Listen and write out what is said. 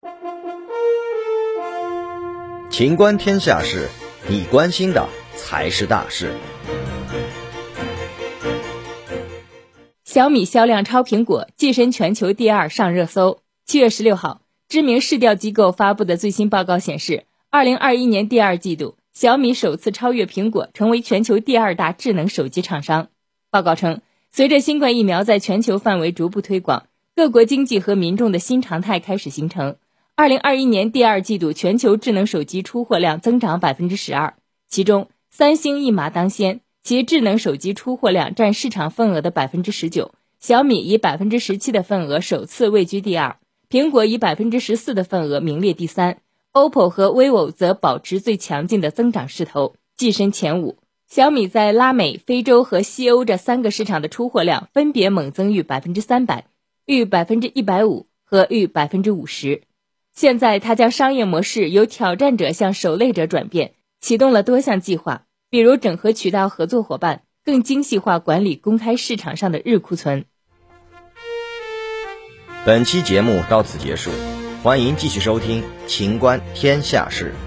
情观天下事，你关心的才是大事。 小米销量超苹果，跻身全球第2上热搜。7月16号，知名市调机构发布的最新报告显示，2021年第2季度，小米首次超越苹果，成为全球第2大智能手机厂商。报告称，随着新冠疫苗在全球范围逐步推广，各国经济和民众的新常态开始形成。2021年第2季度全球智能手机出货量增长 12%， 其中三星一马当先，其智能手机出货量占市场份额的 19%， 小米以 17% 的份额首次位居第2，苹果以 14% 的份额名列第3， OPPO 和 vivo 则保持最强劲的增长势头，跻身前5。小米在拉美、非洲和西欧这3个市场的出货量分别猛增逾 300%、逾 150% 和逾 50%。现在它将商业模式由挑战者向守擂者转变，启动了多项计划，比如整合渠道合作伙伴，更精细化管理公开市场上的日库存。 本期节目到此结束，欢迎继续收听《情观天下事》。